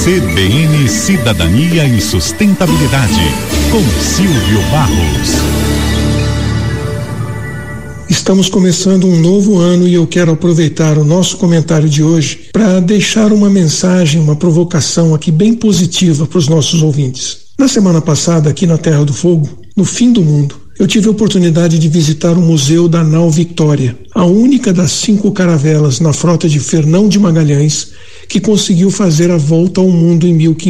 CBN Cidadania e Sustentabilidade, com Silvio Barros. Estamos começando um novo ano e eu quero aproveitar o nosso comentário de hoje para deixar uma mensagem, uma provocação aqui bem positiva para os nossos ouvintes. Na semana passada, aqui na Terra do Fogo, no fim do mundo, eu tive a oportunidade de visitar o Museu da Nau Victoria, a única das 5 caravelas na frota de Fernão de Magalhães que conseguiu fazer a volta ao mundo em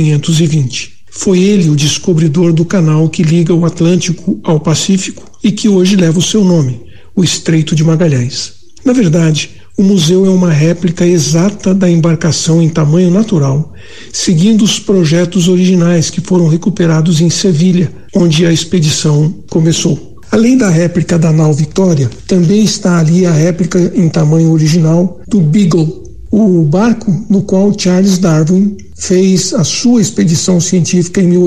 1520. Foi ele o descobridor do canal que liga o Atlântico ao Pacífico e que hoje leva o seu nome, o Estreito de Magalhães. Na verdade, o museu é uma réplica exata da embarcação em tamanho natural, seguindo os projetos originais que foram recuperados em Sevilha, onde a expedição começou. Além da réplica da nau Victoria, também está ali a réplica em tamanho original do Beagle, o barco no qual Charles Darwin fez a sua expedição científica em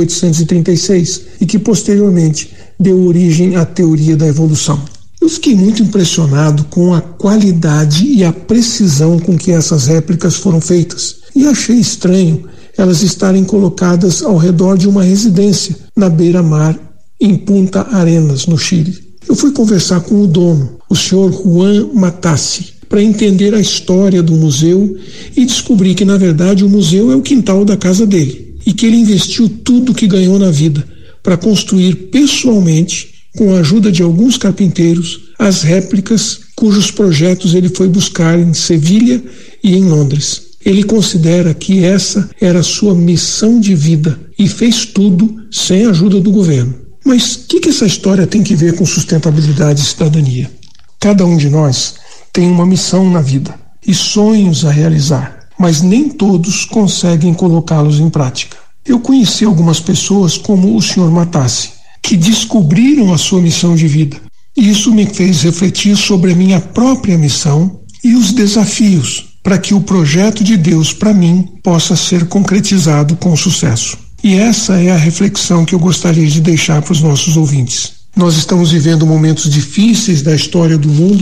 1836 e que posteriormente deu origem à teoria da evolução. Eu fiquei muito impressionado com a qualidade e a precisão com que essas réplicas foram feitas e achei estranho elas estarem colocadas ao redor de uma residência na beira-mar em Punta Arenas, no Chile. Eu fui conversar com o dono, o senhor Juan Matassi, para entender a história do museu e descobri que, na verdade, o museu é o quintal da casa dele e que ele investiu tudo que ganhou na vida para construir pessoalmente, com a ajuda de alguns carpinteiros, as réplicas cujos projetos ele foi buscar em Sevilha e em Londres. Ele considera que essa era a sua missão de vida e fez tudo sem a ajuda do governo. Mas o que essa história tem que ver com sustentabilidade e cidadania? Cada um de nós tem uma missão na vida e sonhos a realizar, mas nem todos conseguem colocá-los em prática. Eu conheci algumas pessoas como o Sr. Matassi, que descobriram a sua missão de vida. E isso me fez refletir sobre a minha própria missão e os desafios para que o projeto de Deus para mim possa ser concretizado com sucesso. E essa é a reflexão que eu gostaria de deixar para os nossos ouvintes. Nós estamos vivendo momentos difíceis da história do mundo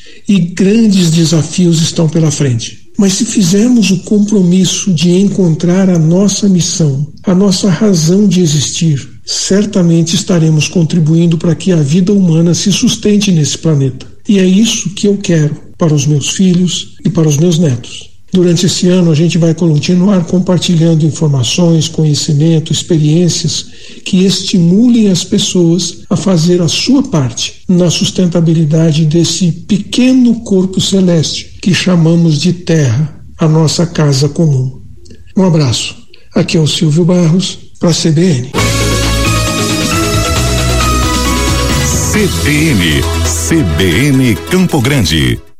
e grandes desafios estão pela frente. Mas se fizermos o compromisso de encontrar a nossa missão, a nossa razão de existir, certamente estaremos contribuindo para que a vida humana se sustente nesse planeta. E é isso que eu quero para os meus filhos e para os meus netos. Durante esse ano a gente vai continuar compartilhando informações, conhecimento, experiências que estimulem as pessoas a fazer a sua parte na sustentabilidade desse pequeno corpo celeste que chamamos de Terra, a nossa casa comum. Um abraço. Aqui é o Silvio Barros para a CBN. CBN Campo Grande.